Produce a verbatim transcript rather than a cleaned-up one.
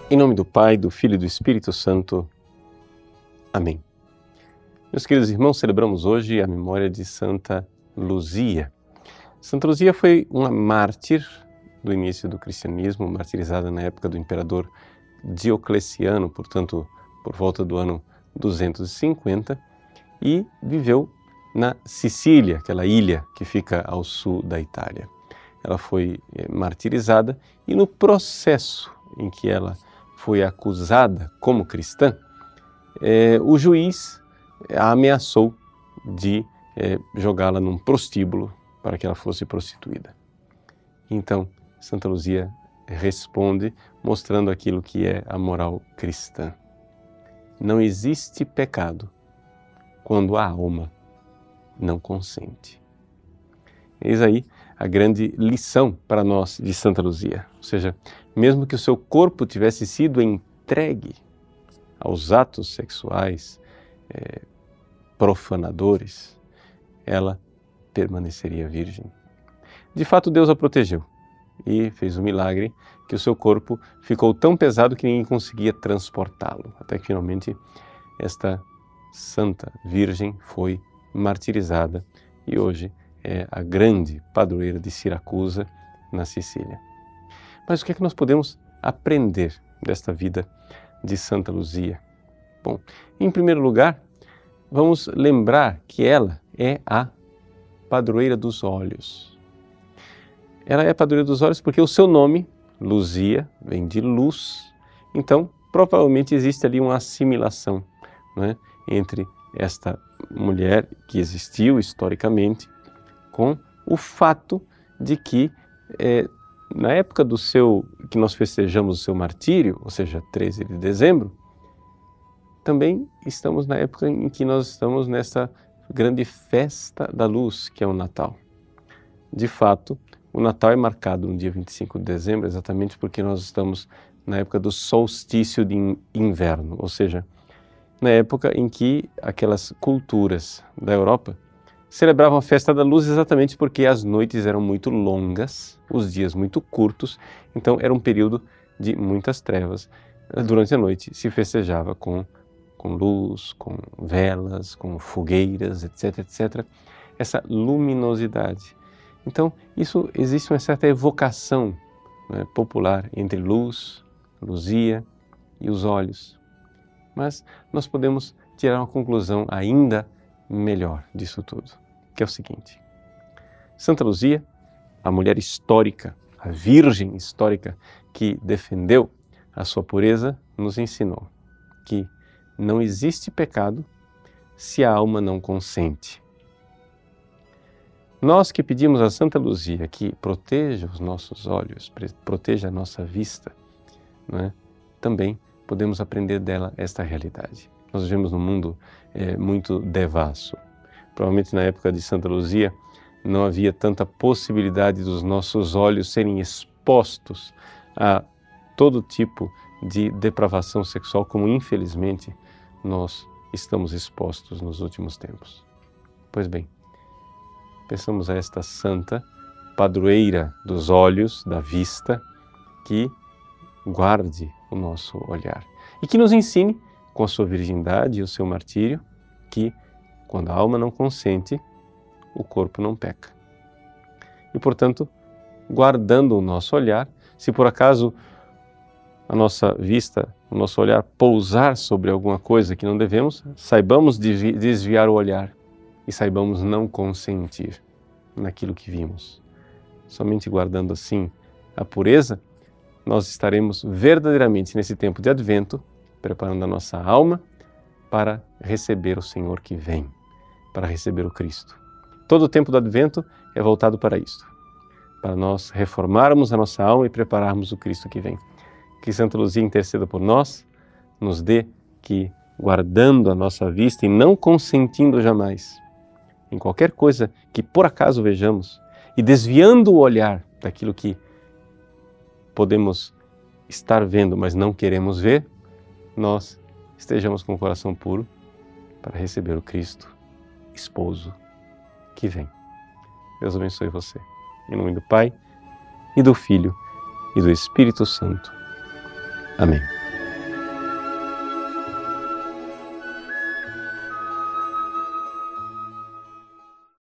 Em nome do Pai, do Filho e do Espírito Santo. Amém. Meus queridos irmãos, celebramos hoje a memória de Santa Luzia. Santa Luzia foi uma mártir do início do cristianismo, martirizada na época do imperador Diocleciano, portanto, por volta do ano duzentos e cinquenta, e viveu na Sicília, aquela ilha que fica ao sul da Itália. Ela foi martirizada e no processo em que ela foi acusada como cristã, eh, o juiz a ameaçou de eh, jogá-la num prostíbulo para que ela fosse prostituída. Então, Santa Luzia responde mostrando aquilo que é a moral cristã. Não existe pecado quando a alma não consente. Eis aí a grande lição para nós de Santa Luzia. Ou seja, mesmo que o seu corpo tivesse sido entregue aos atos sexuais é, profanadores, ela permaneceria virgem. De fato, Deus a protegeu e fez um milagre que o seu corpo ficou tão pesado que ninguém conseguia transportá-lo. Até que finalmente esta santa virgem foi martirizada e hoje é a grande padroeira de Siracusa, na Sicília. Mas o que é que nós podemos aprender desta vida de Santa Luzia? Bom, em primeiro lugar, vamos lembrar que ela é a padroeira dos olhos. Ela é a padroeira dos olhos porque o seu nome, Luzia, vem de luz. Então, provavelmente existe ali uma assimilação, não é, entre esta mulher que existiu historicamente com o fato de que é, na época do seu, que nós festejamos o seu martírio, ou seja, treze de dezembro, também estamos na época em que nós estamos nessa grande festa da luz, que é o Natal. De fato, o Natal é marcado no dia vinte e cinco de dezembro, exatamente porque nós estamos na época do solstício de inverno, ou seja, na época em que aquelas culturas da Europa celebravam a festa da luz exatamente porque as noites eram muito longas, os dias muito curtos, então era um período de muitas trevas. Durante a noite se festejava com, com luz, com velas, com fogueiras, etc, etcétera. Essa luminosidade. Então, isso existe uma certa evocação, né, popular entre luz, luzia e os olhos. Mas nós podemos tirar uma conclusão ainda melhor disso tudo, que é o seguinte: Santa Luzia, a mulher histórica, a virgem histórica que defendeu a sua pureza, nos ensinou que não existe pecado se a alma não consente. Nós que pedimos a Santa Luzia que proteja os nossos olhos, proteja a nossa vista, não é? Também podemos aprender dela esta realidade. Nós vivemos num mundo é, muito devasso. Provavelmente na época de Santa Luzia não havia tanta possibilidade dos nossos olhos serem expostos a todo tipo de depravação sexual, como infelizmente nós estamos expostos nos últimos tempos. Pois bem, peçamos a esta santa padroeira dos olhos, da vista, que guarde o nosso olhar e que nos ensine, com a sua virgindade e o seu martírio, que quando a alma não consente, o corpo não peca. E, portanto, guardando o nosso olhar, se por acaso a nossa vista, o nosso olhar pousar sobre alguma coisa que não devemos, saibamos desviar o olhar e saibamos não consentir naquilo que vimos. Somente guardando assim a pureza, nós estaremos verdadeiramente nesse tempo de Advento, preparando a nossa alma para receber o Senhor que vem, para receber o Cristo. Todo o tempo do Advento é voltado para isto, para nós reformarmos a nossa alma e prepararmos o Cristo que vem. Que Santa Luzia interceda por nós, nos dê que, guardando a nossa vista e não consentindo jamais em qualquer coisa que por acaso vejamos e desviando o olhar daquilo que podemos estar vendo, mas não queremos ver, nós estejamos com o coração puro para receber o Cristo, esposo, que vem. Deus abençoe você. Em nome do Pai, e do Filho, e do Espírito Santo. Amém.